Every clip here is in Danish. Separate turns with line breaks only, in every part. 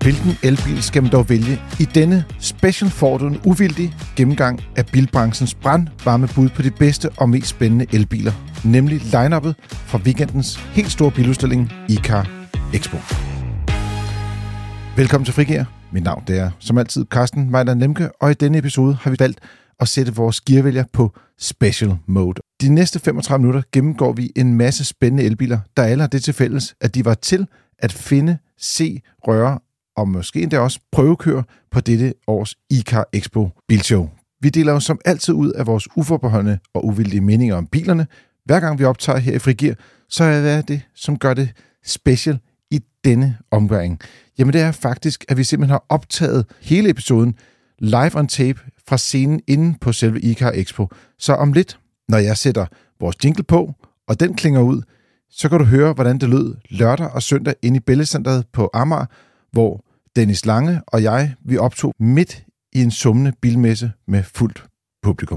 Hvilken elbil skal man dog vælge? I denne special får du en uvildig gennemgang af bilbranchens brandvarme bud på de bedste og mest spændende elbiler, nemlig line-uppet fra weekendens helt store biludstilling iCar Expo. Velkommen til Frigir. Mit navn er som altid Carsten Mejler-Lemke, og i denne episode har vi valgt at sætte vores gearvælger på special mode. De næste 35 minutter gennemgår vi en masse spændende elbiler, der alle har det til fælles, at de var til at finde, se, røre og måske endda også prøvekøre på dette års iCar Expo bilshow. Vi deler jo som altid ud af vores uforbeholdne og uvildige meninger om bilerne. Hver gang vi optager her i Frigir, så er det, som gør det special i denne omgang. Jamen det er faktisk, at vi simpelthen har optaget hele episoden live on tape fra scenen inde på selve iCar Expo. Så om lidt, når jeg sætter vores jingle på, og den klinger ud, så kan du høre, hvordan det lød lørdag og søndag inde i Bællecenteret på Amager, hvor Dennis Lange og jeg, vi optog midt i en summende bilmesse med fuldt publikum.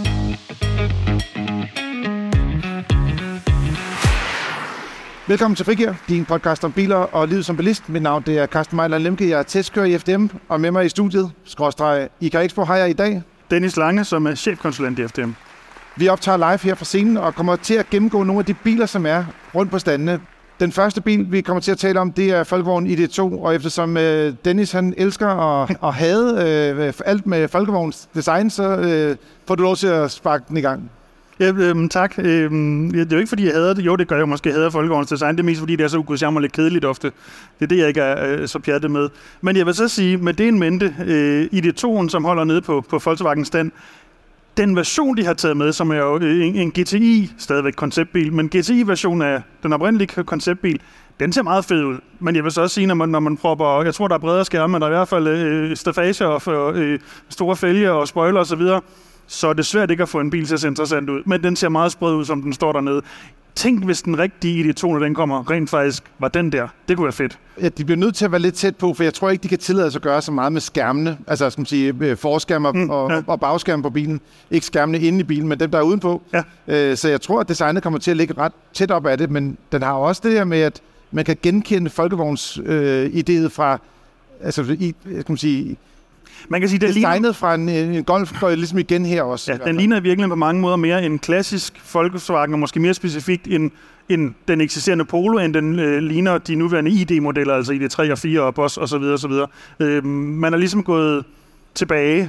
Velkommen til Frigir, din podcast om biler og livet som bilist. Mit navn det er Carsten Mejler-Lemke, jeg er testkører i FDM, og med mig i studiet, iCar Expo, har jeg i dag
Dennis Lange, som er chefkonsulent i FDM.
Vi optager live her fra scenen og kommer til at gennemgå nogle af de biler, som er rundt på standene. Den første bil, vi kommer til at tale om, det er Folkevogn ID.2, og eftersom Dennis han elsker og hade alt med Folkevogns design, så får du lov til at sparke den i gang.
Ja, tak. Det er jo ikke, fordi jeg hader det. Jo, det gør jeg måske. Jeg hader Folkevogns design. Det er mest, fordi det er så ugodshjammer lidt kedeligt ofte. Det er det, jeg ikke er så pjattet med. Men jeg vil så sige, med det en mente, ID.2'en, som holder nede på Volkswagen stand, den version, de har taget med, som er jo en GTI, stadigvæk konceptbil, men GTI-version af den oprindelige konceptbil, den ser meget fed ud. Men jeg vil så også sige, når man propper, jeg tror, der er bredere skærme, der er i hvert fald stafager og store fælge og spoiler osv., så er det svært ikke at få en bil til at se interessant ud. Men den ser meget spredt ud, som den står dernede. Tænk, hvis den rigtige ID.2, når den kommer, rent faktisk var den der. Det kunne være fedt. Ja, de bliver nødt til at være lidt tæt på, for jeg tror ikke, de kan tillade sig at gøre så meget med skærmene. Altså, skal man sige, forskærmer og bagskærme på bilen. Ikke skærmene inde i bilen, men dem, der er udenpå. Ja. Så jeg tror, at designet kommer til at ligge ret tæt op af det, men den har også det her med, at man kan genkende Folkevogns idéet fra, altså, skal man sige, man kan sige, det
designet fra en Golf går ligesom igen her også.
Ja, den ligner virkelig på mange måder mere en klassisk Volkswagen, og måske mere specifikt end den eksisterende Polo, end den ligner de nuværende ID-modeller, altså ID.3 og 4 og Boss osv. Man er ligesom gået tilbage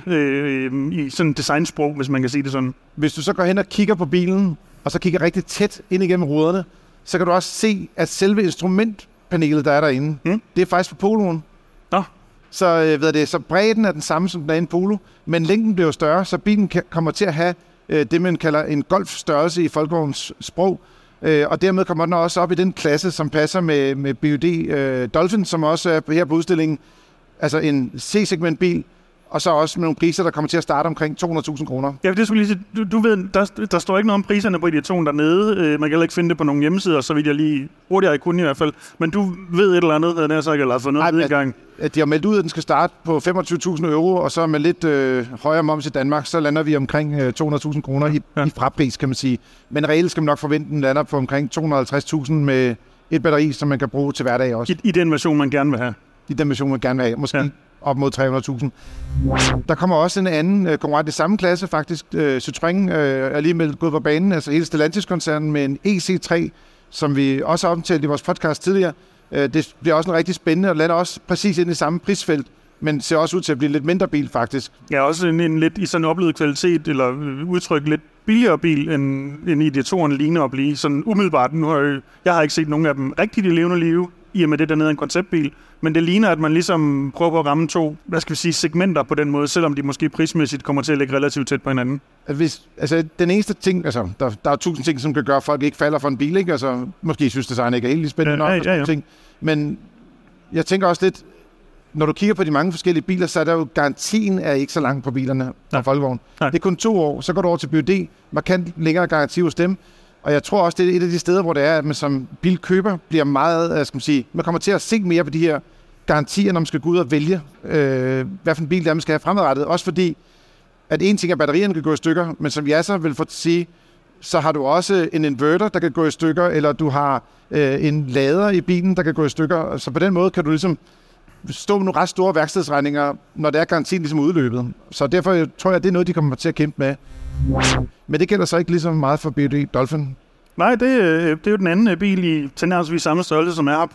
i sådan en designsprog, hvis man kan sige det sådan.
Hvis du så går hen og kigger på bilen, og så kigger rigtig tæt ind igennem ruderne, så kan du også se, at selve instrumentpanelet, der er derinde, det er faktisk på Poloen.
Nå.
Så bredden er den samme som den er i en Polo, men længden bliver større, så bilen kommer til at have det, man kalder en golfstørrelse i Folkevogns sprog, og dermed kommer den også op i den klasse, som passer med BYD Dolphin, som også er her på udstillingen, altså en C-segmentbil, og så også med nogle priser, der kommer til at starte omkring 200.000 kroner.
Ja, det skulle lige sige, du ved, der står ikke noget om priserne på ID.2 dernede. Man kan heller ikke finde det på nogle hjemmesider, så vidt jeg lige hurtigere kunne i hvert fald. Men du ved et eller andet, den er så ikke lavet for noget i gang.
De har meldt ud, at den skal starte på 25.000 euro, og så med lidt højere moms i Danmark, så lander vi omkring 200.000 kroner i frapris, kan man sige. Men reelt skal man nok forvente, den lander på omkring 250.000 med et batteri, som man kan bruge til hverdag også.
I den version, man gerne vil have.
I den version, man gerne vil have. Måske op mod 300.000. Der kommer også en anden konkurrent i samme klasse, faktisk. Citroën er lige meldt gået på banen, altså hele Stellantis-koncernen med en EC3, som vi også har omtalt i vores podcast tidligere. Det bliver også en rigtig spændende, og lander også præcis ind i samme prisfelt, men ser også ud til at blive lidt mindre bil, faktisk.
Ja, også en lidt i sådan oplevet kvalitet, eller udtryk lidt billigere bil, end ID.2'eren ligner at blive. Sådan umiddelbart, jeg har ikke set nogen af dem rigtigt i levende liv, i og med det dernede er en konceptbil, men det ligner, at man ligesom prøver at ramme to, segmenter på den måde, selvom de måske prismæssigt kommer til at ligge relativt tæt på hinanden.
Den eneste ting, der er 1000 ting, som kan gøre, at folk ikke falder for en bil, ikke? Altså, måske synes design ikke er helt spændende nok, ting. Men jeg tænker også lidt, når du kigger på de mange forskellige biler, så er der jo garantien er ikke så langt på bilerne fra Folkevogn. Det er kun 2 år, så går du over til BYD, markant længere garanti hos dem. Og jeg tror også, det er et af de steder, hvor det er, at man som bilkøber bliver meget, man kommer til at se mere på de her garantier, når man skal gå ud og vælge, hvad for en bil det er, man skal have fremadrettet. Også fordi, at en ting er, at batterierne kan gå i stykker, men som jeg så vil få sige, så har du også en inverter, der kan gå i stykker, eller du har en lader i bilen, der kan gå i stykker. Så på den måde kan du ligesom stå med nogle ret store værkstedsregninger, når der er garantien ligesom udløbet. Så derfor tror jeg, det er noget, de kommer til at kæmpe med. Men det gælder så ikke lige så meget for BYD Dolphin.
Nej, det er jo den anden bil i tilnærmelsesvis samme størrelse, som er her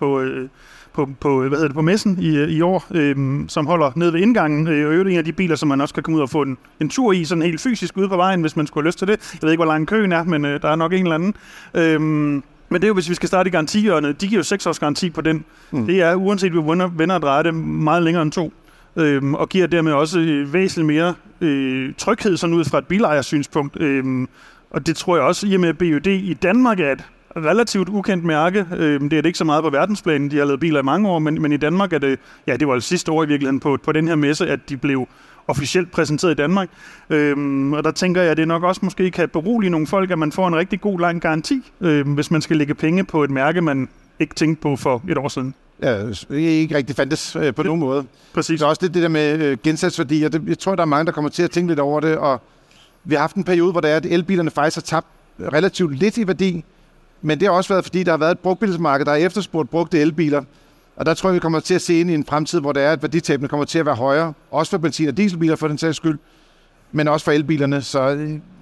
på messen i år, som holder nede ved indgangen. Og øvrigt en af de biler, som man også kan komme ud og få en tur i, sådan helt fysisk ude på vejen, hvis man skulle have lyst til det. Jeg ved ikke, hvor lang køen er, men der er nok en eller anden. Men det er jo, hvis vi skal starte i garantihjørnet, de giver jo 6 års garanti på den. Det er, uanset vi vender og drejer det, meget længere end 2. Og giver dermed også væsentligt mere tryghed sådan ud fra et bilejersynspunkt. Og det tror jeg også, i og med at BYD i Danmark er et relativt ukendt mærke. Det er det ikke så meget på verdensplanen. De har lavet biler i mange år, men i Danmark er det, det var det sidste år i virkeligheden på den her messe, at de blev officielt præsenteret i Danmark. Og der tænker jeg, at det nok også måske kan berolige nogle folk, at man får en rigtig god lang garanti, hvis man skal lægge penge på et mærke, man ikke tænkte på for et år siden.
Ja, det er ikke rigtig fandtes på nogen måde.
Præcis.
Så også det der med gensatsværdier. Jeg tror, der er mange, der kommer til at tænke lidt over det, og vi har haft en periode, hvor der er, at elbilerne faktisk har tabt relativt lidt i værdi, men det har også været, fordi der har været et brugtbilsmarked, der har efterspurgt brugte elbiler. Og der tror jeg, vi kommer til at se ind i en fremtid, hvor der er, at værditabene kommer til at være højere. Også for benzin- og dieselbiler for den sags skyld, men også for elbilerne. Så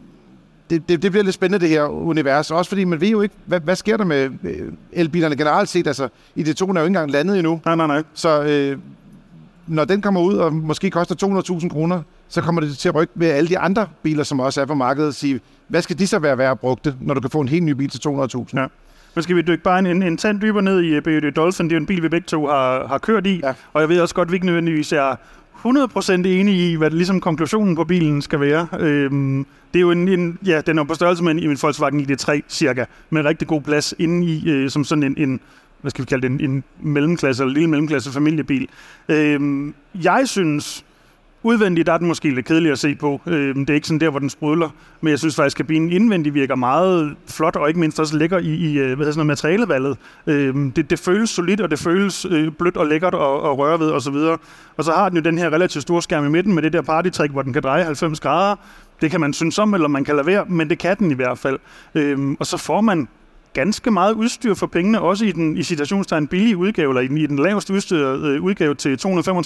det bliver lidt spændende, det her univers. Også fordi man ved jo ikke, hvad sker der med elbilerne generelt set. Altså, ID2'en er jo ikke engang landet endnu.
Nej.
Så når den kommer ud og måske koster 200.000 kroner, så kommer det til at rykke ved alle de andre biler, som også er på markedet, og sige, hvad skal de så være værd brugte, når du kan få en helt ny bil til 200.000? Ja.
Men skal vi dykke bare en tand dybere ned i BYD Dolphin? Det er jo en bil, vi begge to har kørt i, og jeg ved også godt, at vi ikke nødvendigvis er 100% enige i, hvad det, ligesom konklusionen på bilen skal være. Det er jo den er på størrelse med en Volkswagen ID3 cirka, med en rigtig god plads inde i, som sådan en hvad skal vi kalde det, en mellemklasse eller lille mellemklasse familiebil. Jeg synes, udvendigt der er den måske lidt kedelig at se på. Det er ikke sådan der, hvor den sprudler. Men jeg synes faktisk, at kabinen indvendigt virker meget flot, og ikke mindst også lækker i materialevalget. Det føles solidt, og det føles blødt og lækkert at røre ved osv. Og så har den jo den her relativt store skærm i midten med det der partytrick, hvor den kan dreje 90 grader. Det kan man synes om, eller man kan lade være, men det kan den i hvert fald. Og så får man ganske meget udstyr for pengene, også i citationstegn billige udgave, eller i den laveste udstyrede udgave til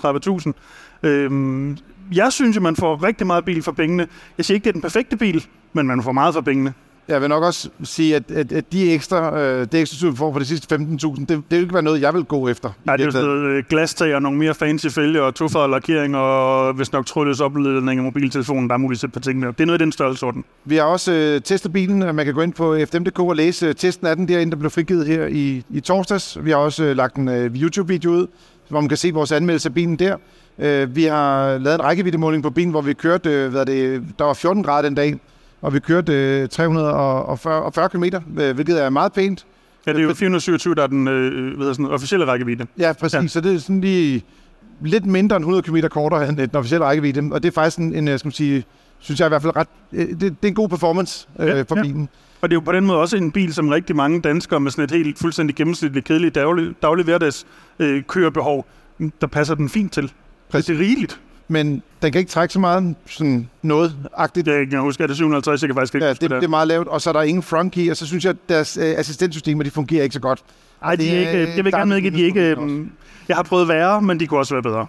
235.000. Jeg synes jo, man får rigtig meget bil for pengene. Jeg siger ikke, det er den perfekte bil, men man får meget for pengene.
Jeg vil nok også sige, at de ekstra, det ekstra vi får for de sidste 15.000, det vil ikke være noget, jeg vil gå efter.
Nej, det er jo sådan noget glastag og nogle mere fancy fælge og tofarvet lakering og hvis nok trådløs opladning af mobiltelefonen, der er muligt et par ting med. Det er noget i den størrelsesorden. Vi har også testet bilen, og man kan gå ind på fdm.dk og læse testen af den derinde, der blev frigivet her i torsdags. Vi har også lagt en YouTube-video ud, hvor man kan se vores anmeldelse af bilen der. Vi har lavet en rækkeviddemåling på bilen, hvor vi kørte, der var 14 grader den dag, og vi kørte 340 km, hvilket er meget pænt. Ja, det er jo 427, der er den officielle rækkevidde.
Ja, præcis. Ja. Så det er sådan lige lidt mindre end 100 km kortere end den officielle rækkevidde. Og det er faktisk synes jeg i hvert fald det er en god performance for bilen.
Og det er jo på den måde også en bil, som rigtig mange danskere med sådan et helt fuldstændig gennemsnitligt kedeligt daglig hverdags kørebehov, der passer den fint til. Det er rigeligt.
Men den kan ikke trække så meget sådan noget-agtigt.
Jeg kan huske, at det er 750, jeg kan faktisk ikke
huske det. Det er meget lavt, og så er der ingen front key, og så synes jeg, at deres assistentsystemer, de fungerer ikke så godt.
Nej, de er ikke, jeg vil gerne medgive, at de ikke... Jeg har prøvet værre, men de kunne også være bedre.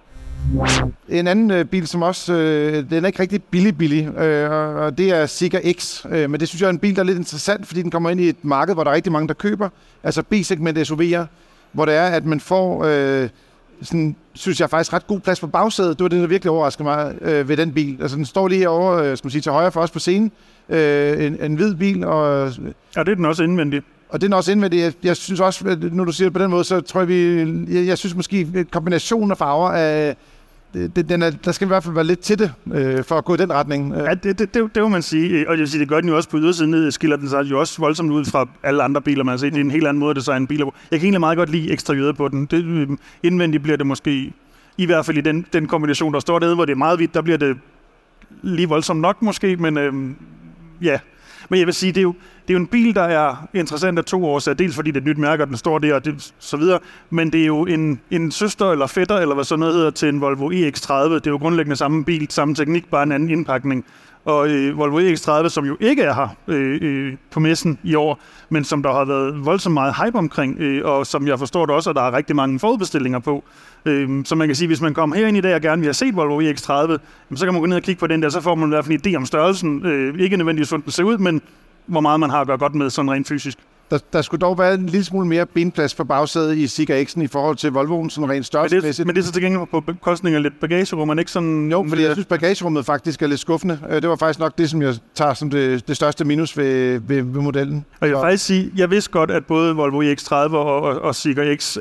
En anden bil, som også... den er ikke rigtig billig, og det er Zeekr X. Men det synes jeg er en bil, der er lidt interessant, fordi den kommer ind i et marked, hvor der er rigtig mange, der køber. Altså B-segment SUV'er, hvor det er, at man får... sådan, synes jeg faktisk ret god plads på bagsædet. Det var det, der virkelig overraskede mig ved den bil. Altså, den står lige herovre, skal man sige, til højre for os på scenen. En hvid bil. Og,
ja, det er den også indvendig.
Og det er den også indvendig. Jeg synes også, når du siger det på den måde, så tror jeg synes måske, kombinationen af farver af... der skal i hvert fald være lidt til det, for at gå i den retning.
Ja, det må man sige. Og jeg vil sige, det gør den jo også på ydersiden. Skiller den sig jo også voldsomt ud fra alle andre biler, man har set. Det er en helt anden måde at designe biler på. Jeg kan egentlig meget godt lide eksteriøret på den. Indvendigt bliver det måske, i hvert fald i den kombination, der står derude, hvor det er meget hvidt, der bliver det lige voldsomt nok måske, men ja. Men jeg vil sige, det er jo en bil, der er interessant af 2 årsager. Dels fordi det er et nyt mærke, og den står der, og det, så videre. Men det er jo en søster eller fætter, eller hvad sådan noget hedder, til en Volvo EX30. Det er jo grundlæggende samme bil, samme teknik, bare en anden indpakning. Og Volvo EX30, som jo ikke er her på messen i år, men som der har været voldsomt meget hype omkring, og som jeg forstår det også, at der er rigtig mange forudbestillinger på. Så man kan sige, hvis man kommer herind i dag og gerne vil have set Volvo EX30, så kan man gå ned og kigge på den der, så får man i hvert fald en idé om størrelsen. Ikke nødvendigvis, hvordan den ser ud, men hvor meget man har at gøre godt med sådan rent fysisk.
Der skulle dog være en lille smule mere benplads på bagsædet i Siga X'en i forhold til Volvoen, sådan rent størrelsesmæssigt.
Men det er så til gengæld på bekostning af lidt bagagerum, man ikke sådan...
Jo, fordi jeg synes, bagagerummet faktisk er lidt skuffende. Det var faktisk nok det, som jeg tager som det største minus ved modellen.
Og jeg vil faktisk sige, jeg vidste godt, at både Volvo EX30 og Siga X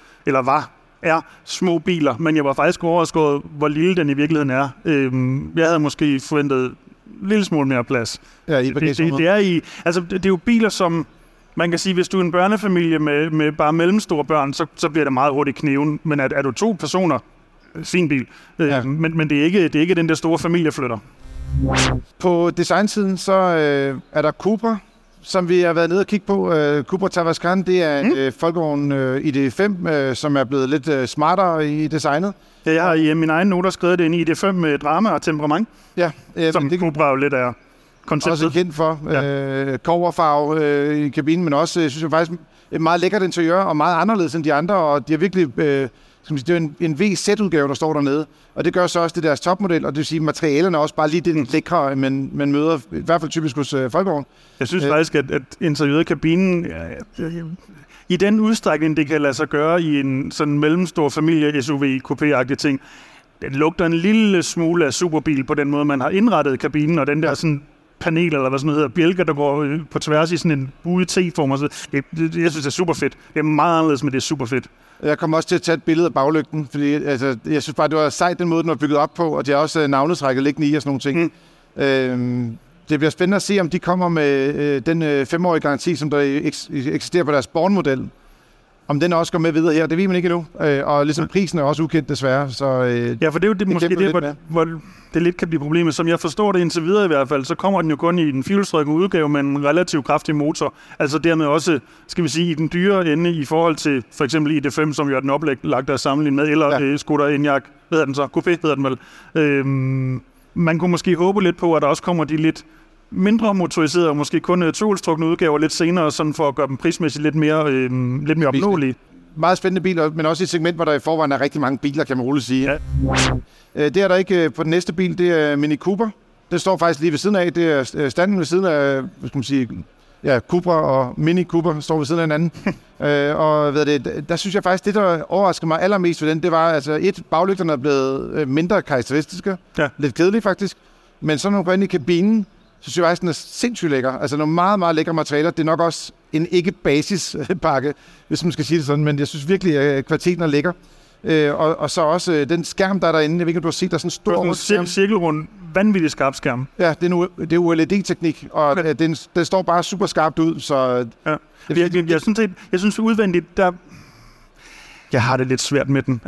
er små biler, men jeg var faktisk overrasket, hvor lille den i virkeligheden er. Jeg havde måske forventet en lille smule mere plads.
Ja, i bagagerummet.
Det er jo biler, som... Man kan sige, hvis du er en børnefamilie med bare mellemstore børn, så bliver det meget hurtigt kniven. Men er du 2 personer, fin bil. Ja. Men det er ikke den der store familieflytter.
På designsiden, så er der Cupra, som vi har været nede og kigge på. Cupra Tavascan, det er en Folkevogn ID.5, som er blevet lidt smartere i designet.
Ja, jeg har i mine egne noter skrevet det en ID.5 med drama og temperament, som Cupra jo lidt er. Konceptet.
Også kendt for kobberfarve i kabinen, men også synes jeg faktisk et meget lækkert interiør og meget anderledes end de andre, og de har virkelig det er en VZ-udgave, der står dernede, og det gør så også det deres topmodel, og det vil sige, at materialerne er også bare lige det lækre, man møder i hvert fald typisk hos Folkevogn.
Jeg synes faktisk, at interiøret i kabinen, i den udstrækning, det kan lade sig gøre i en sådan mellemstor familie-SUV-coupé-agtig ting, den lugter en lille smule af superbil på den måde, man har indrettet kabinen, og den der sådan panel, eller hvad sådan noget hedder, bjælker, der går på tværs i sådan en buet T-form. Jeg synes, det er super fedt. Det er meget anderledes, men det er super fedt.
Jeg kommer også til at tage et billede af baglygten, fordi jeg synes bare, det var sejt den måde, den var bygget op på, og de har også navnetrækket liggende i og sådan nogle ting. Det bliver spændende at se, om de kommer med den 5-årige garanti, som der eksisterer på deres Born-model. Om den også går med videre her, det ved man ikke endnu. Og ligesom prisen er også ukendt desværre. Så,
ja, for det er jo det, måske det, hvor det lidt kan blive problemet. Som jeg forstår det indtil videre i hvert fald, så kommer den jo kun i den fjolstrøkkende udgave med en relativt kraftig motor. Altså dermed også, skal vi sige, i den dyre ende i forhold til for eksempel ID.5, som jo er den oplagt at sammenligne med, eller Skoda Enyaq, hvad hedder den så? Coupé hedder den vel. Man kunne måske håbe lidt på, at der også kommer de lidt mindre motoriserede og måske kun tohjulstrukne udgaver lidt senere, sådan for at gøre dem prismæssigt lidt mere opnåelige.
Meget spændende biler, men også i et segment, hvor der i forvejen er rigtig mange biler, kan man roligt sige. Ja. Det er der ikke på den næste bil, det er Mini Cooper. Det står faktisk lige ved siden af. Det er standen ved siden af, hvad skal man sige, ja, Cupra og Mini Cooper står ved siden af hinanden. Og der synes jeg faktisk, det der overraskede mig allermest ved den, det var, altså baglygterne er blevet mindre karakteristiske. Ja. Lidt kedelige faktisk. Men så når man går ind i kabinen, så synes jeg faktisk, den er sindssygt lækker. Altså nogle meget, meget lækre materialer. Det er nok også en ikke-basispakke, hvis man skal sige det sådan, men jeg synes virkelig, at kvaliteten er lækker. Og så også den skærm, der er derinde. Jeg ved ikke, om du har set, der er sådan en stor skærm.
Cirkelrund, vanvittig skarp skærm.
Ja, det er OLED-teknik, og den står bare super skarpt ud. Så
ja. Jeg synes udvendigt, der... Jeg har det lidt svært med den.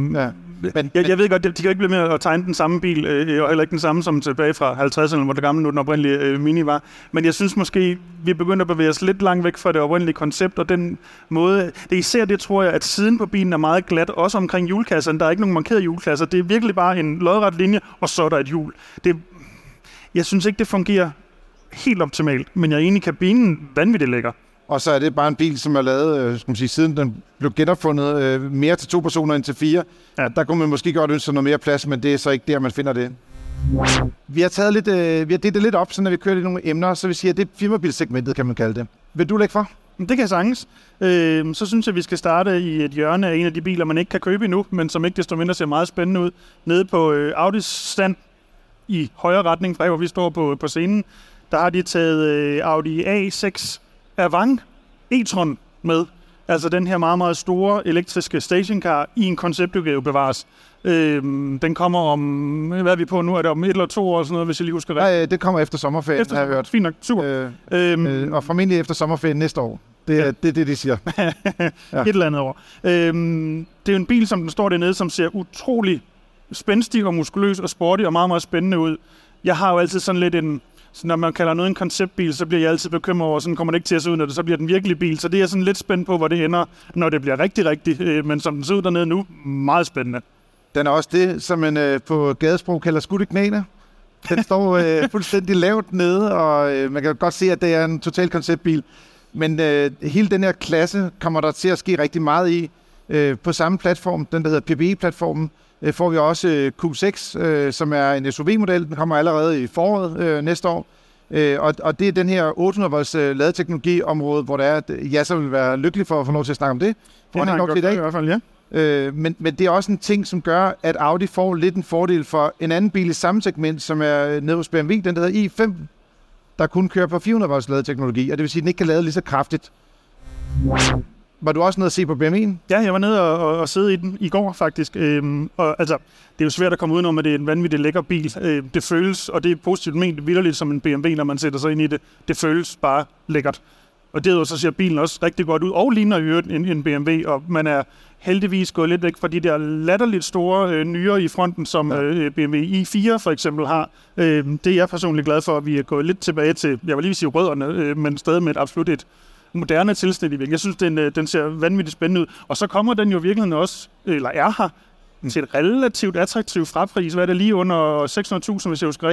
Jeg ved godt, de kan ikke blive med at tegne den samme bil, og heller ikke den samme som tilbage fra 50'erne, hvor det gamle nu den oprindelige Mini var. Men jeg synes måske, vi begynder at bevæge os lidt langt væk fra det oprindelige koncept, og den måde... Det er især det, tror jeg, at siden på bilen er meget glat, også omkring hjulkasserne. Der er ikke nogen markerede hjulkasser. Det er virkelig bare en lodret linje, og så er der et hjul. Jeg synes ikke, det fungerer helt optimalt, men jeg er enig i kabinen vanvittigt lækker.
Og så er det bare en bil, som er lavet, skal man sige, siden den blev genopfundet mere til 2 personer end til 4. Ja, der kunne man måske godt ønske sig noget mere plads, men det er så ikke der, man finder det. Vi har delt det lidt op, så når vi kører i nogle emner, så vi siger, at det er firmabilsegmentet, kan man kalde det. Vil du lægge for?
Det kan jeg sagtens. Så synes jeg, vi skal starte i et hjørne af en af de biler, man ikke kan købe endnu, men som ikke desto mindre ser meget spændende ud. Nede på Audis stand i højre retning fra, hvor vi står på scenen, der har de taget Audi A6 Avant e-tron med. Altså den her meget, meget store elektriske stationcar i en konceptudgave bevares. Den kommer om, hvad er vi på nu? Er det om 1 eller 2 år, sådan noget, hvis jeg lige husker rigtigt?
Nej, det kommer efter sommerferien, har jeg hørt.
Fint nok, super.
Og formentlig efter sommerferien næste år. Det er det, de siger.
Ja. Et eller andet år. Det er jo en bil, som den står dernede, som ser utrolig spændstig og muskuløs og sporty og meget, meget spændende ud. Jeg har jo altid sådan lidt så når man kalder noget en konceptbil, så bliver jeg altid bekymret over, sådan kommer det ikke til at se ud, når det så bliver den virkelige bil. Så det er jeg sådan lidt spændt på, hvor det ender, når det bliver rigtig, men som den ser ud dernede nu, meget spændende.
Den er også det, som man på gadesprog kalder skudt i knæene. Den står fuldstændig lavt nede, og man kan godt se, at det er en total konceptbil. Men hele den her klasse kommer der til at ske rigtig meget i. På samme platform, den der hedder PPE-platformen, får vi også Q6, som er en SUV-model. Den kommer allerede i foråret næste år. Og det er den her 800 volts ladeteknologi-område, hvor der er, jeg så vil være lykkelig for at få lov til at snakke om det.
Det har nok i dag i hvert fald, ja.
Men det er også en ting, som gør, at Audi får lidt en fordel for en anden bil i samme segment, som er nede hos BMW, den der hedder i5, der kun kører på 400 volts ladeteknologi, og det vil sige, at den ikke kan lade lige så kraftigt. Var du også nede at se på BMW'en?
Ja, jeg var nede og sidde i den i går, faktisk. Og altså, det er jo svært at komme udenom, at det er en vanvittig lækker bil. Det føles, og det er positivt ment, vitterligt som en BMW, når man sætter sig ind i det. Det føles bare lækkert. Og derudover så ser bilen også rigtig godt ud, og ligner i øvrigt en BMW, og man er heldigvis gået lidt væk fra de der latterligt store nyrer i fronten, som BMW i4 for eksempel har. Det er jeg personligt glad for, at vi er gået lidt tilbage til, jeg vil lige sige rødderne, men stadig med et absolut et moderne tilsnit i virkeligheden. Jeg synes, den ser vanvittigt spændende ud. Og så kommer den jo virkelig også, eller er her, til et relativt attraktivt frapris. Hvad er det lige under 600.000, hvis jeg husker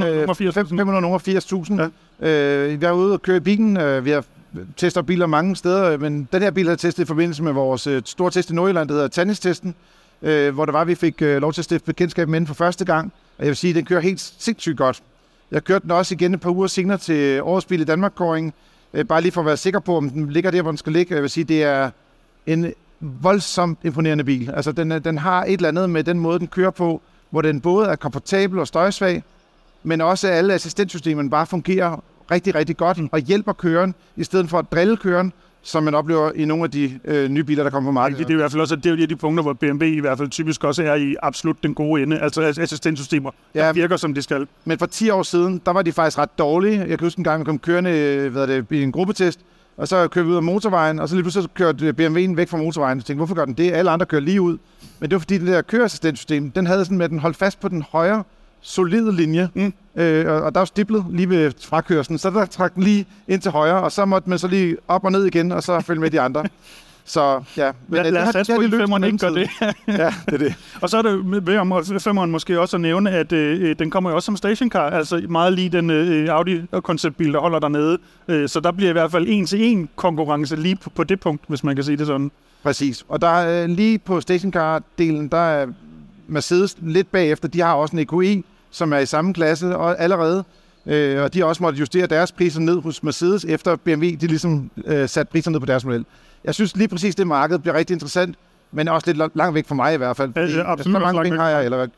rigtigt?
580.000. Ja. Vi er ude og køre i bilen. Vi har testet biler mange steder, men den her bil har jeg testet i forbindelse med vores store test i Nordjylland, der hedder Tannis-testen, hvor det var, vi fik lov til at stifte bekendtskab med den for første gang. Og jeg vil sige, at den kører helt sindssygt godt. Jeg kørte den også igen et par uger senere til Årets Bil i Danmark-kåringen, bare lige for at være sikker på, om den ligger der, hvor den skal ligge. Jeg vil sige, det er en voldsomt imponerende bil. Altså, den har et eller andet med den måde, den kører på, hvor den både er komfortabel og støjsvag, men også alle assistentsystemerne bare fungerer rigtig, rigtig godt og hjælper køreren, i stedet for at drille køreren, som man oplever i nogle af de nye biler, der kommer på markedet.
Det er i hvert fald også det er de punkter, hvor BMW i hvert fald typisk også er i absolut den gode ende, altså assistenssystemer, der virker som de skal.
Men for 10 år siden, der var de faktisk ret dårlige. Jeg kan huske en gang, jeg kom kørende i en gruppetest, og så kørte vi ud af motorvejen, og så lige pludselig kørte BMW'en væk fra motorvejen. Jeg tænkte, hvorfor gør den det? Alle andre kører lige ud. Men det var fordi, det der køreassistentsystem, den havde sådan med, at den holdt fast på den højre, solide linje, og der var stiplet lige ved frakørslen, så der trak den lige ind til højre, og så måtte man så lige op og ned igen, og så følge med de andre. Så ja,
men lad os satse på, at 5'eren ikke gør det.
Ja, det er det.
Og så er det ved om 5'eren måske også at nævne, at den kommer jo også som stationcar, altså meget lige den Audi-konceptbil, der holder dernede. Så der bliver i hvert fald en-til-en konkurrence lige på det punkt, hvis man kan sige det sådan.
Præcis. Og der er lige på stationcar-delen, der er Mercedes lidt bagefter. De har også en EQE, som er i samme klasse og allerede. Og de har også måttet justere deres priser ned hos Mercedes, efter BMW de ligesom sat priser ned på deres model. Jeg synes lige præcis, det marked bliver rigtig interessant, men også lidt langt væk fra mig i hvert fald.
Ja, absolut.
Så mange penge har jeg, eller hvad?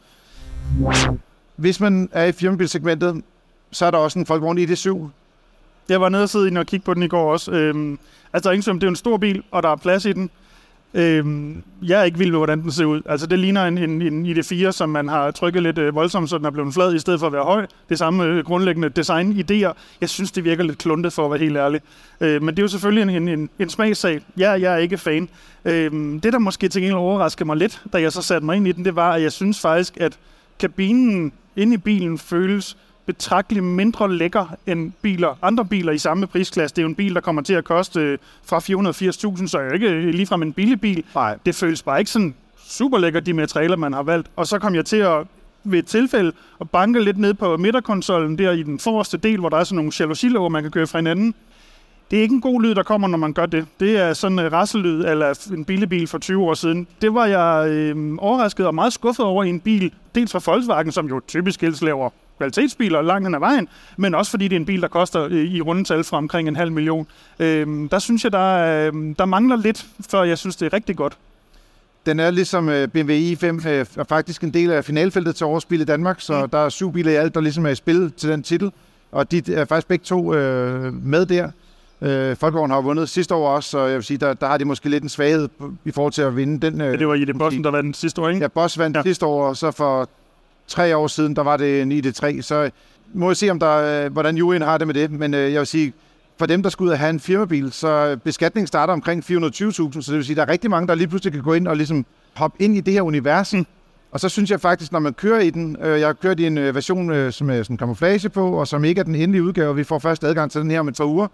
Hvis man er i firmabilsegmentet, så er der også en Volkswagen ID7.
Jeg var nede og sidde inde og kigge på den i går også. Altså, det er jo en stor bil, og der er plads i den. Jeg er ikke vild med, hvordan den ser ud. Altså, det ligner en ID4, som man har trykket lidt voldsomt, så den er blevet flad, i stedet for at være høj. Det samme grundlæggende design-idéer. Jeg synes, det virker lidt kluntet, for at være helt ærlig. Men det er jo selvfølgelig en smagssag. Jeg er ikke fan. Det, der måske til gengæld overraskede mig lidt, da jeg så satte mig ind i den, det var, at jeg synes faktisk, at kabinen inde i bilen føles betragteligt mindre lækker end andre biler i samme prisklasse. Det er jo en bil, der kommer til at koste fra 480.000, så er jo ikke ligefrem en billig bil.
Nej.
Det føles bare ikke sådan super lækkert, de materialer, man har valgt. Og så kom jeg til at ved et tilfælde at banke lidt ned på midterkonsollen der i den forreste del, hvor der er sådan nogle jalousilåger, man kan køre fra hinanden. Det er ikke en god lyd, der kommer, når man gør det. Det er sådan en rassellyd eller en billig for 20 år siden. Det var jeg overrasket og meget skuffet over i en bil, dels fra Volkswagen, som jo typisk helst laver kvalitetsbiler langt hen ad vejen, men også fordi det er en bil, der koster i rundetal fra omkring 500.000. Der synes jeg, der mangler lidt, før jeg synes, det er rigtig godt.
Den er ligesom BMW i5 er faktisk en del af finalfeltet til Årets Bil i Danmark, så der er 7 biler i alt, der ligesom er i spil til den titel, og de er faktisk begge to med der. Volkswagen har vundet sidste år også, så jeg vil sige, der har de måske lidt en svaghed i forhold til at vinde den.
Det var i det Bossen, der vandt sidste år, ikke?
Ja, Boss vandt sidste år, og så for 3 år siden, der var det en ID3, så må jeg se, hvordan juryen har det med det, men jeg vil sige, for dem, der skal ud og have en firmabil, så beskatningen starter omkring 420.000, så det vil sige, der er rigtig mange, der lige pludselig kan gå ind og ligesom hoppe ind i det her univers. Og så synes jeg faktisk, når man kører i den, jeg har kørt i en version, som er sådan camouflage på, og som ikke er den endelige udgave, vi får først adgang til den her om et par uger.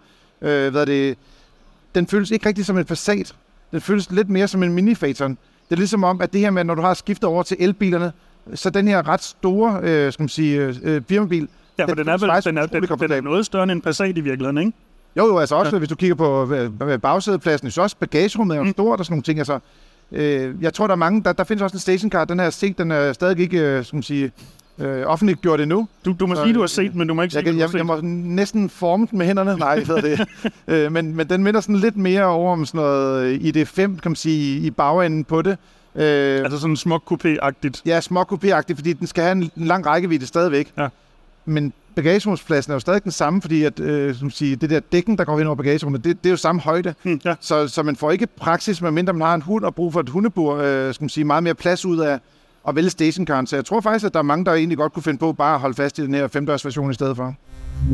Den føles ikke rigtig som en Passat. Den føles lidt mere som en Mini Phaeton. Det er ligesom om, at det her med, når du har skiftet over til elbilerne, så den her ret store, skal man sige, firmabil,
ja, for den er noget større end en Passat i virkeligheden, ikke?
Jo, altså også, hvis du kigger på bagsædepladsen, så også bagagerummet er jo stort og sådan nogle ting, altså. Jeg tror, der er mange, der findes også en stationcar, den her set, den er stadig ikke, skal man sige, offentligt gjort endnu.
Du må sige, du har set, men du må ikke sige,
jeg må næsten forme den med hænderne. Nej, jeg ved det. men den minder sådan lidt mere over om sådan noget ID5, kan man sige, i bagenden på det.
Altså sådan smuk coupé-agtigt.
Ja, smuk coupé-agtigt, fordi den skal have en lang rækkevidde stadigvæk. Ja. Men bagagerumspladsen er jo stadig den samme, fordi at, som sige, det der dækken, der går hen over bagagerummet, det er jo samme højde. Ja. Så man får ikke praksis, medmindre man har en hund og brug for et hundebur, skal man sige, meget mere plads ud af at vælge stationcaren. Så jeg tror faktisk, at der er mange, der egentlig godt kunne finde på bare at holde fast i den her 5-dørs version i stedet for.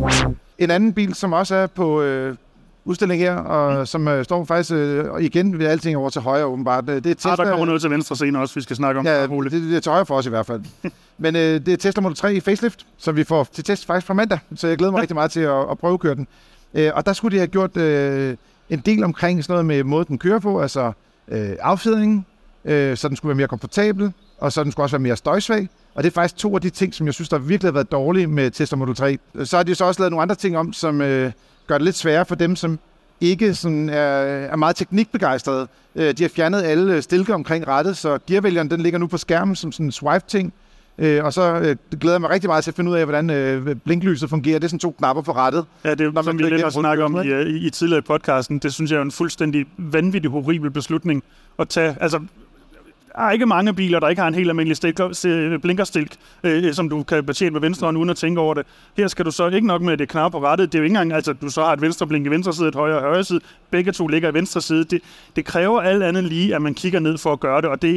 En anden bil, som også er på udstilling her, og som står faktisk igen ved alting over til højre åbenbart. Det er Tesla.
Der kommer noget til venstre senere også, vi skal snakke om.
Ja, det er til højre for os i hvert fald. Men det er Tesla Model 3 i facelift, som vi får til test faktisk fra mandag, så jeg glæder mig rigtig meget til at prøvekøre den. Og der skulle de have gjort en del omkring sådan noget med måden, den kører på, altså affjedringen, så den skulle være mere komfortabel, og så den skulle også være mere støjsvag. Og det er faktisk 2 af de ting, som jeg synes, der virkelig har været dårlige med Tesla Model 3. Så har de så også lavet nogle andre ting om, som gør det lidt sværere for dem, som ikke sådan er meget teknikbegejstrede. De har fjernet alle stilker omkring rattet, så gearvælgeren den ligger nu på skærmen som sådan en swipe-ting. Og så glæder jeg mig rigtig meget til at finde ud af, hvordan blinklyset fungerer. Det er sådan 2 knapper på rattet.
Ja, det er som vi lidt har snakket om i tidligere i podcasten. Det synes jeg er en fuldstændig vanvittig, horribel beslutning at tage. Altså, der er ikke mange biler, der ikke har en helt almindelig blinkerstilk, som du kan betjene med venstre hånd uden at tænke over det. Her skal du så ikke nok med det knap på rattet. Det er jo ikke engang, altså du så har et venstre blink i venstre side, et højre side. Begge 2 ligger i venstre side. Det kræver alt andet lige, at man kigger ned for at gøre det, og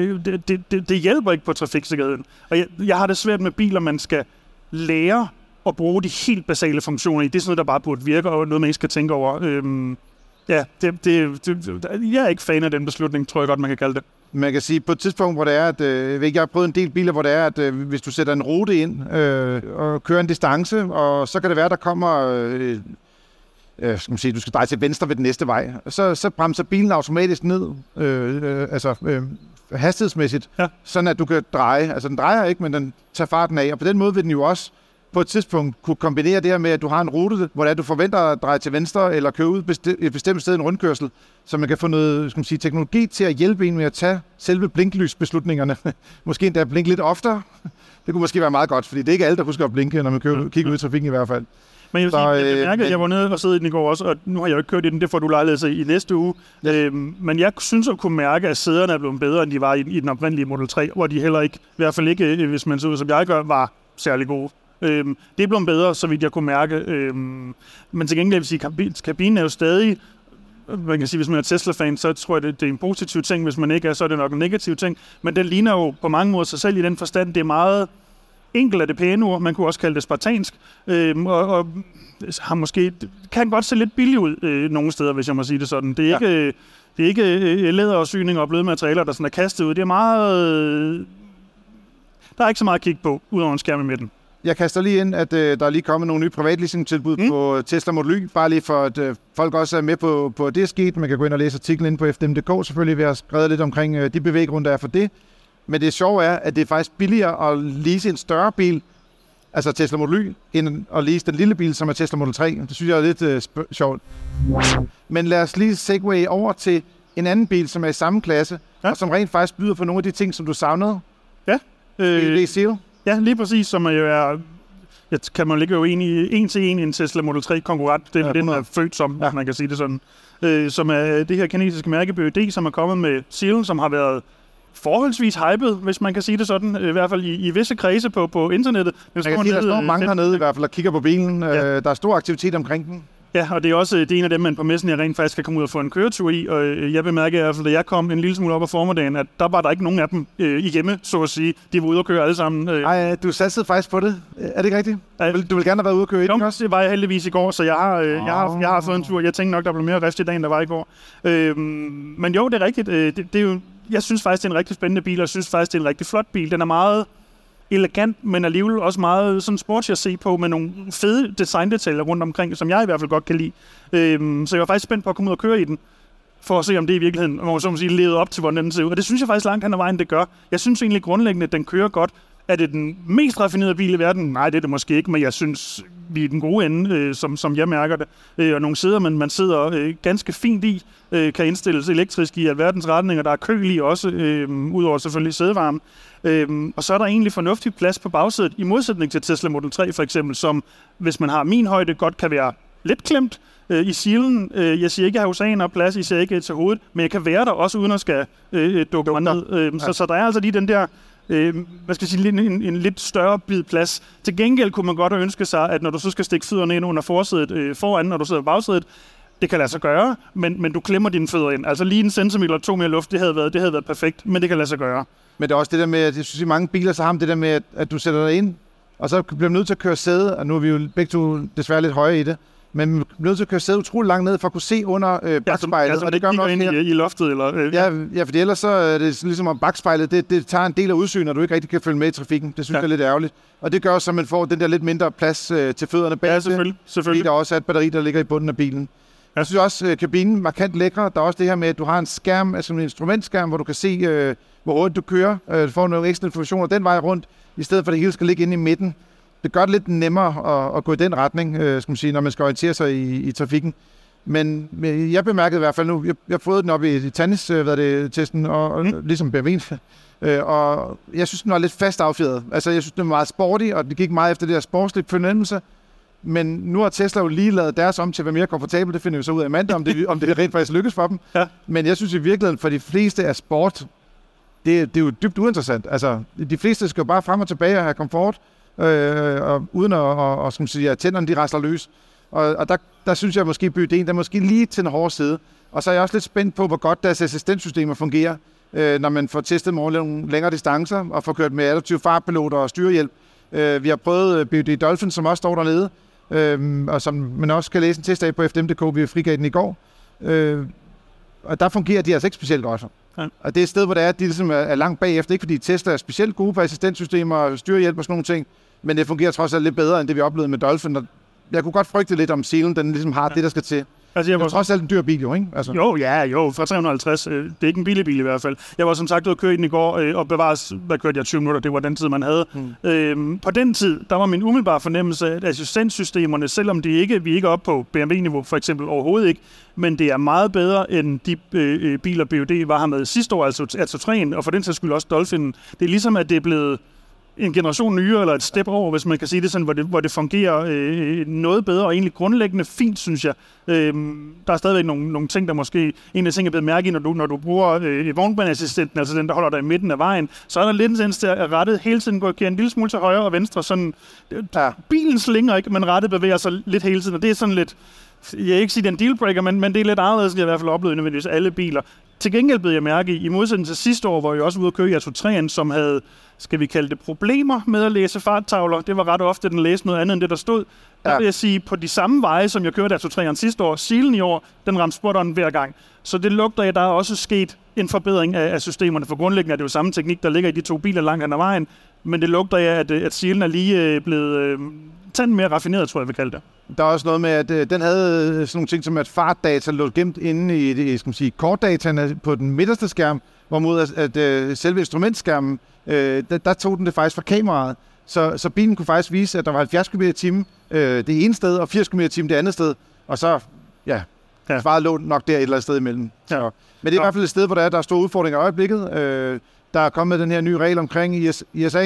det hjælper ikke på trafiksikkerheden. Og jeg har det svært med biler, man skal lære at bruge de helt basale funktioner i. Det er sådan noget, der bare burde virke, og noget, man ikke skal tænke over. Ja, jeg er ikke fan af den beslutning, tror jeg godt, man kan kalde det.
Man kan sige, på et tidspunkt, hvor det er, at jeg har prøvet en del biler, hvor det er, at hvis du sætter en rute ind og kører en distance, og så kan det være, der kommer, skal man sige, du skal dreje til venstre ved den næste vej, så bremser bilen automatisk ned, hastighedsmæssigt, ja. Sådan at du kan dreje. Altså den drejer ikke, men den tager farten af, og på den måde vil den jo også på et tidspunkt kunne kombinere det her med, at du har en rute, hvor du forventer at dreje til venstre, eller køre ud et bestemt sted en rundkørsel, så man kan få noget, skal man sige, teknologi til at hjælpe en med at tage selve blinklysbeslutningerne. Måske endda blinke lidt oftere. Det kunne måske være meget godt, fordi det er ikke alle, der husker at blinke, når man kigger ud i trafikken i hvert fald.
Men jeg jeg var nede og sidde i den i går også, og nu har jeg jo ikke kørt i den, det får du lejlighed til i næste uge. Ja. Men jeg synes at kunne mærke, at sæderne er blevet bedre, end de var i den oprindelige Model 3, hvor de heller ikke, i hvert fald ikke, hvis man ser ud som jeg gør, var særlig gode. Det er blevet bedre, så vidt jeg kunne mærke. Men til gengæld vil sige, kabinen er jo stadig, man kan sige, hvis man er Tesla-fan, så tror jeg, det er en positiv ting. Hvis man ikke er, så er det nok en negativ ting. Men den ligner jo på mange måder sig selv i den forstand. Det er meget enkelt af det pæne ord. Man kunne også kalde det spartansk. Og har måske, kan godt se lidt billigt ud nogle steder, hvis jeg må sige det sådan. Det er ikke lædersyning og bløde materialer, der sådan er kastet ud. Det er meget... Der er ikke så meget at kigge på, udover en skærm i midten.
Jeg kaster lige ind, at der er lige kommet nogle nye privatleasingtilbud på Tesla Model Y, bare lige for, at folk også er med på det sket. Man kan gå ind og læse artiklen inde på FDM.dk, selvfølgelig vil jeg skrevet lidt omkring de bevæggrunde, der er for det. Men det sjove er, at det er faktisk billigere at lease en større bil, altså Tesla Model Y, end at lease den lille bil, som er Tesla Model 3. Det synes jeg er lidt sjovt. Men lad os lige segway over til en anden bil, som er i samme klasse, og som rent faktisk byder på nogle af de ting, som du savnede.
Ja.
Det er Seal.
Ja, lige præcis, som jo er... kan man ligge jo en til en Tesla Model 3 konkurrent. Det er den, der er født som, hvis man kan sige det sådan. Som er det her kinesiske mærke BYD, som er kommet med Seal, som har været forholdsvis hypet, hvis man kan sige det sådan. I hvert fald i visse kredse på internettet.
Der står mange hernede i hvert fald og kigger på bilen. Ja. Der er stor aktivitet omkring den.
Ja, og det er også en af dem, man på messen jeg rent faktisk kan komme ud og få en køretur i, og jeg bemærker i hvert fald, da jeg kom en lille smule op ad formiddagen, at der var der ikke nogen af dem i hjemme, så at sige. De var ude og køre alle sammen.
Ej, du satsede faktisk på det. Er det ikke rigtigt? Du vil gerne have været ude og køre i den også?
Det var jeg heldigvis i går, så jeg har fået en tur. Jeg tænkte nok, der blev mere rift i dag, end der var i går. Men jo, det er rigtigt. Det er jo, jeg synes faktisk, det er en rigtig spændende bil, og jeg synes faktisk, det er en rigtig flot bil. Den er meget elegant, men alligevel også meget sådan sporty at se på, med nogle fede designdetaljer rundt omkring, som jeg i hvert fald godt kan lide. Så jeg var faktisk spændt på at komme ud og køre i den. for at se, om det i virkeligheden, må så må sige, levet op til, hvordan den ser ud. Og det synes jeg faktisk langt hen ad vejen, det gør. Jeg synes egentlig grundlæggende, at den kører godt. Er det den mest raffinerede bil i verden? Nej, det er det måske ikke, men jeg synes, vi er den gode ende, som jeg mærker det. Og nogle sæder, man sidder ganske fint i, kan indstilles elektrisk i alverdens retninger. Der er køl i også, udover selvfølgelig sædevarme. Og så er der egentlig fornuftig plads på bagsædet, i modsætning til Tesla Model 3 for eksempel, som hvis man har min højde, godt kan være lidt klemt i silen. Jeg siger ikke, at jeg har oceaner og plads, I siger ikke til hovedet, men jeg kan være der også, uden at skal dukke mig ned. Så der er altså lige den der hvad skal jeg sige, en lidt større bid plads. Til gengæld kunne man godt ønske sig, at når du så skal stikke fødderne ind under forsædet foran, når du sidder i bagsædet, det kan lade sig gøre, men du klemmer dine fødder ind. Altså lige en centimeter eller 2 mere luft, det havde været perfekt, men det kan lade sig gøre.
Men det er også det der med, at jeg synes, i mange biler, så har man det der med, at du sætter dig ind, og så bliver man nødt til at køre sæde, og nu er vi jo begge to desværre lidt høje i det, men man bliver nødt til at køre sæde utrolig langt ned, for at kunne se under bakspejlet.
Ja, og det gør man også her. I loftet, eller?
Ja, fordi ellers så er det ligesom om bakspejlet, det tager en del af udsynet, og du ikke rigtig kan følge med i trafikken. Det synes jeg er lidt ærgerligt. Og det gør også, at man får den der lidt mindre plads til fødderne bag.
Ja, selvfølgelig.
Fordi der også er et batteri, der ligger i bunden af bilen. Jeg synes også, kabinen markant lækre. Der er også det her med, at du har en skærm, altså en instrumentskærm, hvor du kan se, hvor hurtigt du kører. Du får nogle ekstra informationer den vej rundt, i stedet for at det hele skal ligge inde i midten. Det gør det lidt nemmere at gå i den retning, skal man sige, når man skal orientere sig i trafikken. Men jeg bemærkede i hvert fald nu, jeg har fået den op i tennis-testen, og ligesom BMW'en. Og jeg synes, den var lidt fast affjedret. Altså, jeg synes, den var meget sporty, og det gik meget efter det der sportslige fornemmelse. Men nu har Tesla jo lige lavet deres om til at være mere komfortabel. Det finder vi så ud af mandag, om det rent faktisk lykkes for dem. Ja. Men jeg synes i virkeligheden, for de fleste er sport, det er jo dybt uinteressant. Altså, de fleste skal jo bare frem og tilbage og have komfort, og uden at skal man sige, at tænderne de rasler løs. Og der synes jeg måske, BYD der måske lige til den hårde side. Og så er jeg også lidt spændt på, hvor godt deres assistenssystemer fungerer, når man får testet med nogle længere distancer og får kørt med adaptiv fartpiloter og styrehjælp. Vi har prøvet BYD Dolphin, som også står dernede, og som man også kan læse en test af på FDM.dk. Vi frigav den i går. Og der fungerer de altså ikke specielt godt. Ja. Og det er et sted, hvor det er, at de ligesom er langt bagefter. Ikke fordi Tesla er specielt gode på assistenssystemer og styrehjælp og sådan nogle ting, men det fungerer trods alt lidt bedre, end det vi oplevede med Dolphin. Jeg kunne godt frygte lidt om Seelen, den ligesom har det, der skal til. Altså, det er trods alt en dyr bil, jo, ikke? Altså.
Jo, fra 350. Det er ikke en billig bil i hvert fald. Jeg var som sagt ude at køre i den i går, og bevares, hvad kørte jeg, 20 minutter, det var den tid, man havde. På den tid, der var min umiddelbare fornemmelse, at assistensystemerne, selvom vi ikke er oppe på BMW-niveau, for eksempel overhovedet ikke, men det er meget bedre, end de biler, BYD var her med sidste år, altså 3'en, og for den sags skyld også Dolphin. Det er ligesom, at det er blevet en generation nyere, eller et step over, hvis man kan sige det sådan, hvor det fungerer noget bedre, og egentlig grundlæggende fint, synes jeg. Der er stadigvæk nogle ting, der måske en af ting er blevet mærke i, når du bruger vognbaneassistenten, altså den, der holder dig i midten af vejen, så er der lidt en tendens til at rettet hele tiden går en lille smule til højre og venstre, sådan bilen slinger ikke, men rettet bevæger sig lidt hele tiden, og det er sådan lidt, jeg vil ikke sige, det er en dealbreaker, men det er lidt anderledes, end jeg i hvert fald oplevede nødvendigvis alle biler. Til gengæld blev jeg mærke i modsætning til sidste år, hvor jeg også var ude at køre i Atto 3'en, som havde, skal vi kalde det, problemer med at læse farttavler. Det var ret ofte, at den læste noget andet end det, der stod. Der vil jeg sige, på de samme veje, som jeg kørte Atto 3'eren sidste år, Seelen i år, den ramte spotteren hver gang. Så det lugter af, at der er også sket en forbedring af systemerne. For grundlæggende er det jo samme teknik, der ligger i de to biler langt hen ad vejen. Men det lugter af, at Seelen er lige blevet tand mere raffineret, tror jeg, vi kalde det.
Der er også noget med, at den havde sådan nogle ting som, at fartdata lå gemt inde i skal man sige, kortdataene på den midterste skærm, hvorimod at selve instrumentskærmen, der tog den det faktisk fra kameraet. Så bilen kunne faktisk vise, at der var 70 km/t det ene sted, og 80 km/t det andet sted. Og så, svaret lå nok der et eller andet sted imellem. Ja. Men det er i hvert fald et sted, hvor der er store udfordringer i øjeblikket. Der er kommet den her nye regel omkring ISA.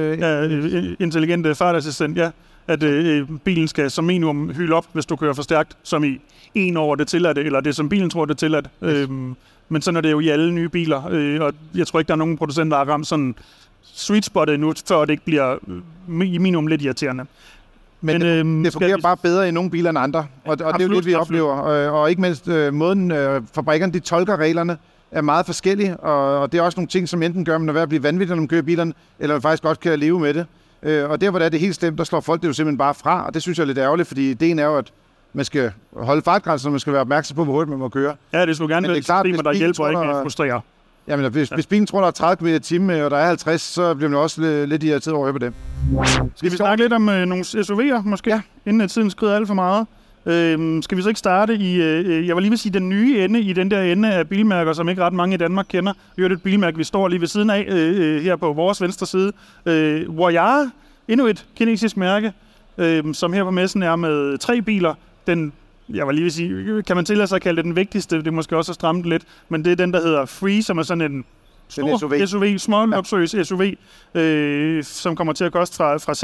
Intelligente fartassistent, ja. At bilen skal som minimum hylde op, hvis du kører for stærkt, som i 1 over det tilladte, eller det som bilen tror det tilladt. Men sådan er det jo i alle nye biler, og jeg tror ikke, der er nogen producenter, der har ramt sådan sweet spot endnu, før det ikke bliver i minimum lidt irriterende.
Men det fungerer bare bedre i nogle biler end andre, og det er jo det, vi oplever. Og ikke mindst måden fabrikkerne de tolker reglerne er meget forskellige, og det er også nogle ting, som enten gør, man er ved at blive vanvittig, når man kører bilerne, eller man faktisk godt kan leve med det. Og der, hvor det er helt slemt, der slår folk det jo simpelthen bare fra, og det synes jeg er lidt ærgerligt, fordi ideen er jo, at man skal holde fartgrænsen, og man skal være opmærksom på, hvor hurtigt man må køre.
Ja, det skulle gerne være systemer, der hjælper og ikke frustrerer.
Jamen, hvis bilen tror, der er 30 km/t, og der er 50, så bliver man også lidt irriteret over at høre på det.
Skal vi snakke lidt om nogle SUV'er, måske, inden tiden skrider alt for meget? Skal vi så ikke starte i, jeg vil lige vil sige, den nye ende i den der ende af bilmærker, som ikke ret mange i Danmark kender. Vi har et bilmærke, vi står lige ved siden af, her på vores venstre side. Voyage, endnu et kinesisk mærke, som her på messen er med 3 biler. Den, jeg vil lige vil sige, kan man tillade sig at kalde det den vigtigste, det er måske også at stramme den lidt, men det er den, der hedder Free, som er sådan en stor SUV, small luxurious SUV, som kommer til at koste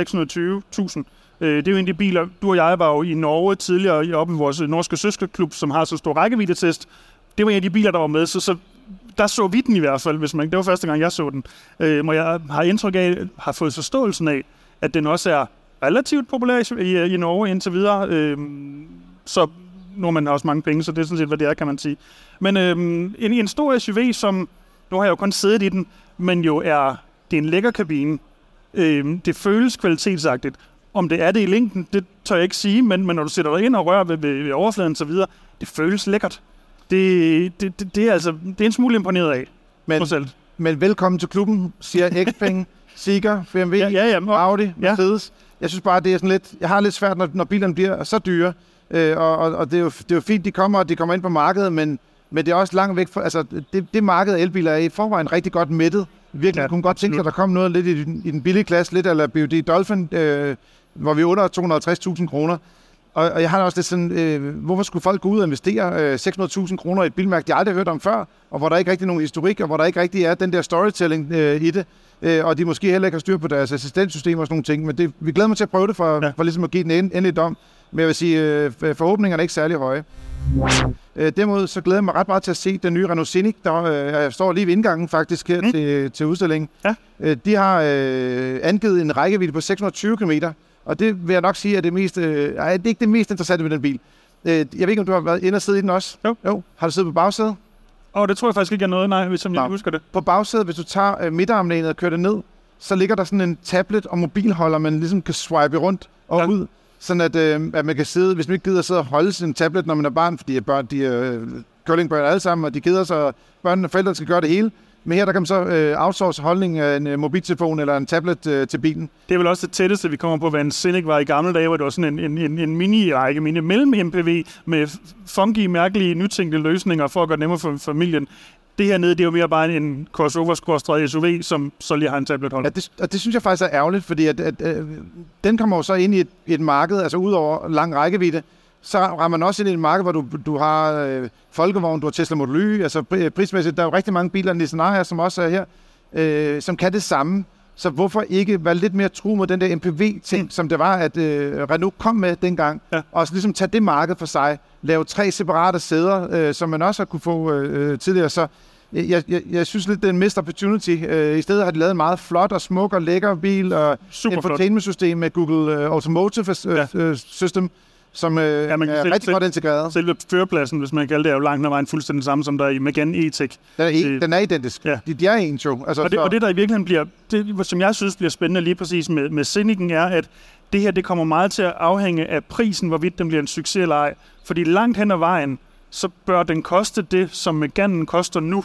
fra 620.000. Det er jo en af de biler, du og jeg var jo i Norge tidligere oppe i vores norske søskenklub, som har så stor rækkevidde-test. Det var en af de biler, der var med, så der så vi den i hvert fald, hvis man ikke. Det var første gang, jeg så den. Og jeg har indtryk af, har fået forståelsen af, at den også er relativt populær i Norge indtil videre. Så nordmænd har også mange penge, så det er sådan set, hvad det er, kan man sige. Men en stor SUV, som, nu har jeg jo kun siddet i den, men jo det er en lækker kabine. Det føles kvalitetsagtigt. Om det er det i længden, det tør jeg ikke sige, men når du sætter dig ind og rører ved overfladen og så videre, det føles lækkert. Det er altså, det er en smule imponeret af.
Men velkommen til klubben, siger Xpeng, Zeekr, BMW, Audi, Mercedes. Jeg synes bare, det er sådan lidt, jeg har lidt svært, når bilerne bliver så dyre, og det er jo fint, de kommer ind på markedet, men det er også langt væk fra, altså det marked af elbiler er i forvejen rigtig godt mættet. Virkelig kunne godt tænke sig, at der kom noget lidt i den billige klasse, lidt eller BYD Dolphin, hvor vi er under 250.000 kroner. Og jeg har også lidt sådan, hvorfor skulle folk gå ud og investere 600.000 kroner i et bilmærke, de aldrig har hørt om før, og hvor der ikke rigtig er nogen historik, og hvor der ikke rigtig er den der storytelling i det, og de måske heller ikke har styr på deres assistentsystem og sådan nogle ting. Men vi glæder mig til at prøve det, for ligesom at give den endelig dom. Men jeg vil sige, forhåbningerne er ikke særlig høje. Derimod så glæder jeg mig ret meget til at se den nye Renault Scenic, der står lige ved indgangen faktisk her til udstillingen. Ja. De har angivet en rækkevidde på 620 km, og det vil jeg nok sige er det mest, det er ikke det mest interessante ved den bil. Jeg ved ikke, om du har været inde og sidde i den også? Jo. Har du siddet på bagsædet?
Det tror jeg faktisk ikke er noget, nej, hvis jeg husker det.
På bagsædet, hvis du tager midterarmlænet og kører det ned, så ligger der sådan en tablet og mobilholder, man ligesom kan swipe rundt og ud. Sådan at man kan sidde, hvis man ikke gider at sidde og holde sin tablet, når man er barn, fordi børn, de er curlingbørn alle sammen, og de gider sig, og børnene og forældrene skal gøre det hele. Men her der kan man så outsource holdning af en mobiltelefon eller en tablet til bilen.
Det er vel også det tætteste, vi kommer på, hvad en Scenic var i gamle dage, hvor det var sådan en mini-række, mellem-MPV med funky, mærkelige, nytænkte løsninger for at gøre det nemmere for familien. Det her nede, det er jo mere bare en crossover-SUV, som så lige har en tabletholder.
Ja, og det synes jeg faktisk er ærgerligt, fordi at den kommer jo så ind i et marked, altså ud over lang rækkevidde, så rammer man også ind i et marked, hvor du har Folkevogn, du har Tesla Model Y, altså prismæssigt, der er jo rigtig mange biler, Nissan Ariya, som også er her, som kan det samme. Så hvorfor ikke være lidt mere tro mod den der MPV-ting, som det var, at Renault kom med dengang, og så ligesom tage det marked for sig, lave 3 separate sæder, som man også har kunne få tidligere. Så jeg synes lidt, det er en missed opportunity. I stedet har de lavet en meget flot og smuk og lækker bil, og infotainment-system med Google Automotive System, som er rigtig godt integreret.
Selve førerpladsen, hvis man kalder det, er jo langt og vejen fuldstændig samme, som der er i Megane E-Tech.
Den er identisk. Ja. De er ens jo. Altså,
og det, der i virkeligheden bliver, det, som jeg synes bliver spændende lige præcis med Scenic'en, er, at det her, det kommer meget til at afhænge af prisen, hvorvidt den bliver en succes eller ej. Fordi langt hen ad vejen, så bør den koste det, som Meganen koster nu.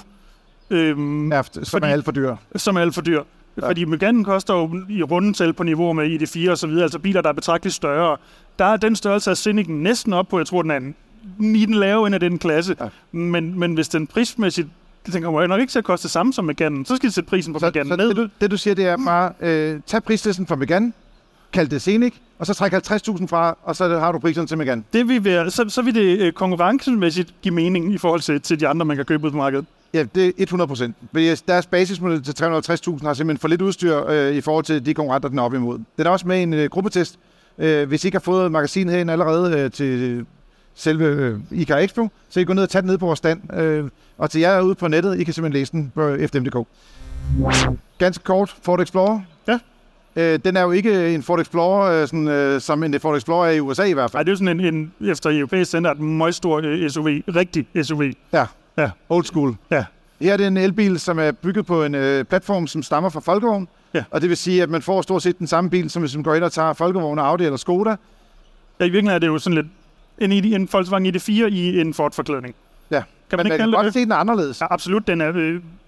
Som er alt for dyr.
Som er alt for dyr. Ja. Fordi Meganen koster jo i rundetal på niveau med ID4 og så videre, altså biler, der er betragteligt større. Der er den størrelse af Scenic'en næsten op på, jeg tror, den er i den lave ende af den klasse. Ja. Men hvis den prismæssigt, den kommer jo nok ikke til at koste det samme som Meganen, så skal de sætte prisen på Meganen ned.
Det du siger, det er bare, tag prislisten for Megane, kald det Scenic, og så træk 50.000 fra, og så har du priserne til Megane.
Det vil være, så vil det konkurrencemæssigt give mening i forhold til de andre, man kan købe ud på markedet.
Ja, det er 100%. Deres basismodel til 350.000 har simpelthen for lidt udstyr i forhold til de konkurrenter, den er op imod. Den er også med i en gruppetest. Hvis I ikke har fået magasinet herinde allerede til selve IK Expo, så I går ned og tager den ned på vores stand. Og til jer ude på nettet, I kan simpelthen læse den på fdm.dk. Ganske kort, Ford Explorer.
Ja.
Den er jo ikke en Ford Explorer, som en Ford Explorer er i USA i hvert fald.
Nej, det er jo sådan en efter europæisk standard, en meget stor SUV. Rigtig SUV.
Ja. Old school.
Ja.
Her er det en elbil, som er bygget på en platform, som stammer fra Folkevogn. Ja. Og det vil sige, at man får stort set den samme bil, som hvis man går ind og tager Folkevogn, Audi eller Skoda.
Ja, i virkeligheden er det jo sådan lidt en Volkswagen ID4 i en Ford-forklædning.
Ja, kan man ikke godt se, den er anderledes.
Ja, absolut. Den er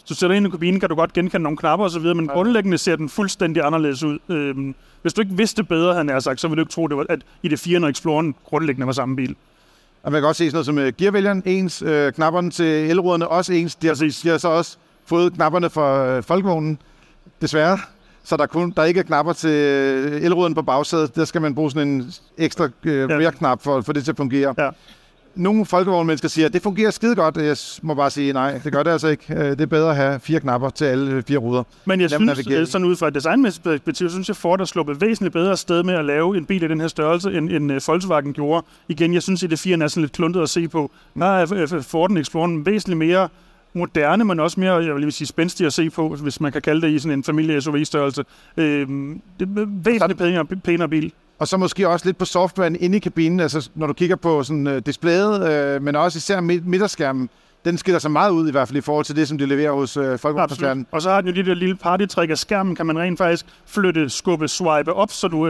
Så sætter ind i kabinen, kan du godt genkende nogle knapper og så videre, men grundlæggende ser den fuldstændig anderledes ud. Hvis du ikke vidste bedre, han har sagt, så ville du ikke tro, det var, at i det 4'eren og Exploreren grundlæggende var samme bil.
Og man kan også se sådan noget som gearvælgeren ens, knapperne til elruderne også ens. De har så også fået knapperne for folkevognen, desværre. Så der ikke er knapper til elruderne på bagsædet. Der skal man bruge sådan en ekstra rear-knap for det til at fungere. Ja. Nogle folkevognmennesker siger, at det fungerer skide godt. Jeg må bare sige, nej, det gør det altså ikke. Det er bedre at have 4 knapper til alle 4 ruder.
Men jeg synes, sådan ud fra et designmæssigt perspektiv, synes jeg, Ford har sluppet væsentligt bedre sted med at lave en bil af den her størrelse, end Volkswagen gjorde. Igen, jeg synes, at det 4'eren er sådan lidt kluntet at se på. Der er Forden Exploreren væsentligt mere moderne, men også mere, jeg vil sige, spændstig at se på, hvis man kan kalde det i sådan en familie-SUV-størrelse. Det er væsentligt pænere bil. Og så måske også lidt på softwaren inde i kabinen, altså når du kigger på sådan displayet, men også især midterskærmen. Den skiller sig meget ud i hvert fald i forhold til det, som de leverer hos folkevognskoncernen. Og så har den jo det der lille partytrick af skærmen, kan man rent faktisk flytte, skubbe, swipe op, så du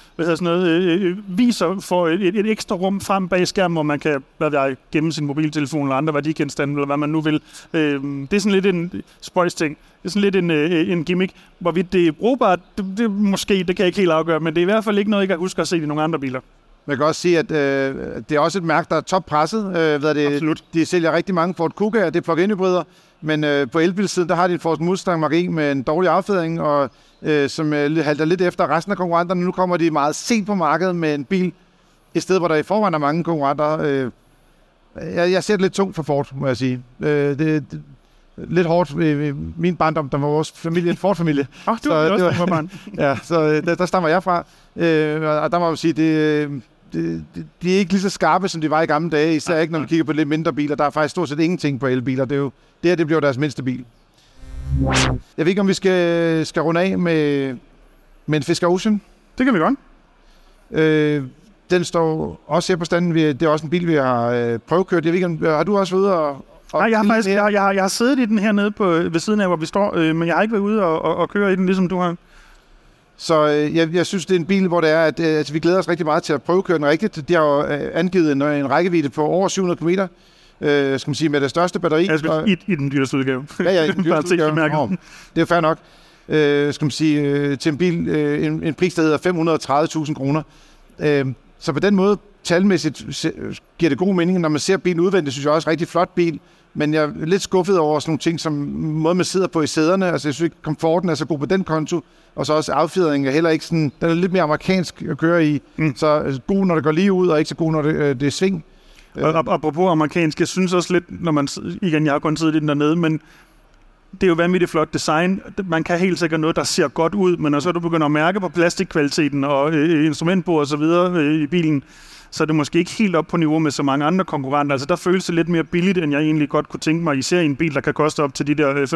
viser for et ekstra rum frem bag skærmen, hvor man kan gemme sin mobiltelefon eller andre værdigenstande, eller hvad man nu vil. Det er sådan lidt en spøjs-ting. Det er sådan lidt en gimmick. Hvorvidt det er brugbart, det måske, det kan jeg ikke helt afgøre, men det er i hvert fald ikke noget, jeg kan huske at se i nogle andre biler. Man kan også sige, at det er også et mærke, der er toppresset. Absolut. De sælger rigtig mange Ford Kuga, det er plug-in hybrider, men på elbilsiden, der har de en Ford Mustang Mach-E med en dårlig affjedring, og som halter lidt efter resten af konkurrenterne. Nu kommer de meget sent på markedet med en bil, et sted, hvor der i forvejen er mange konkurrenter. Jeg ser det lidt tungt for Ford, må jeg sige. Det lidt hårdt i min barndom, der var vores familie, en Ford-familie. Du var også barn.
Ja, så der stammer jeg fra. Og der må man sige, de er ikke lige så skarpe, som de var i gamle dage, især ikke, når man kigger på lidt mindre biler. Der er faktisk stort set ingenting på elbiler. Det bliver deres mindste bil. Jeg ved ikke, om vi skal runde af med en Fisker Ocean.
Det kan vi godt.
Den står også her på standen. Det er også en bil, vi har prøvekørt. Jeg ved ikke, har du også været ude og
nej, jeg har siddet i den hernede ved siden af, hvor vi står, men jeg har ikke været ude og køre i den, ligesom du har.
Så jeg synes, det er en bil, hvor det er, at vi glæder os rigtig meget til at prøvekøre den rigtigt. De har jo angivet en rækkevidde på over 700 km, skal man sige, med det største batteri.
I den dyreste udgave.
Ja, i den dyreste udgave. Det er jo fair nok. Skal man sige, til en bil, en pris, der hedder 530.000 kroner. Så på den måde, talmæssigt, giver det god mening. Når man ser bilen udvendigt, synes jeg også rigtig flot bil. Men jeg er lidt skuffet over sådan nogle ting, som måde man sidder på i sæderne. Altså jeg synes ikke, komforten er så god på den konto. Og så også affjedringen er heller ikke sådan, den er lidt mere amerikansk at køre i. Så god, når det går lige ud, og ikke så god, når det er sving.
Og apropos amerikansk, jeg synes også lidt, når man, igen, jeg har kun siddet i den dernede, men det er jo vanvittigt flot design. Man kan helt sikkert noget, der ser godt ud, men når så du begynder at mærke på plastikkvaliteten og instrumentbord og så videre i bilen, så er det måske ikke helt op på niveau med så mange andre konkurrenter. Altså der føles det lidt mere billigt, end jeg egentlig godt kunne tænke mig, især i en bil, der kan koste op til de der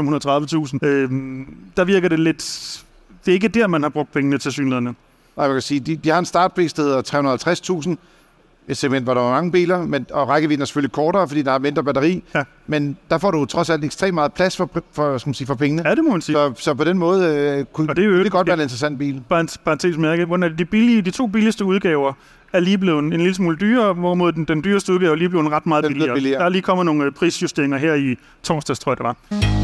530.000. Der virker det lidt. Det er ikke der, man har brugt pengene til synligheden.
Nej, jeg kan sige, de har en startpris, der hedder 350.000. Et segment, hvor der var mange biler, og rækkevidden er selvfølgelig kortere, fordi der er mindre batteri. Ja. Men der får du trods alt ekstremt meget plads for pengene.
Ja, det må man sige.
Så på den måde kunne det godt være en interessant bil.
Parentesmærke, hvor de 2 billigste udgaver er lige blevet en lille smule dyrere, hvorimod den dyreste udgave er lige blevet ret meget billigere. Der er lige kommet nogle prisjusteringer her i torsdags, tror jeg, det var.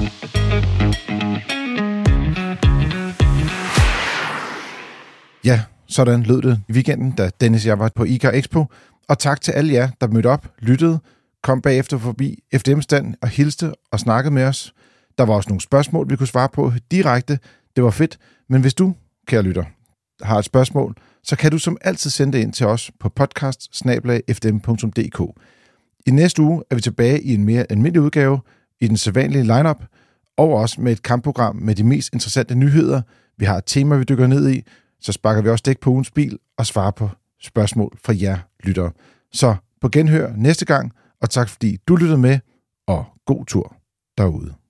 Ja, sådan lød det i weekenden, da Dennis og jeg var på ICAR Expo. Og tak til alle jer, der mødte op, lyttede, kom bagefter forbi FDM-stand og hilste og snakkede med os. Der var også nogle spørgsmål, vi kunne svare på direkte. Det var fedt. Men hvis du, kære lytter, har et spørgsmål, så kan du som altid sende det ind til os på podcast@fdm.dk. I næste uge er vi tilbage i en mere almindelig udgave i den sædvanlige lineup, og også med et kampprogram med de mest interessante nyheder. Vi har et tema, vi dykker ned i, så sparker vi også dæk på ugens bil og svarer på spørgsmål fra jer lyttere. Så på genhør næste gang, og tak fordi du lyttede med, og god tur derude.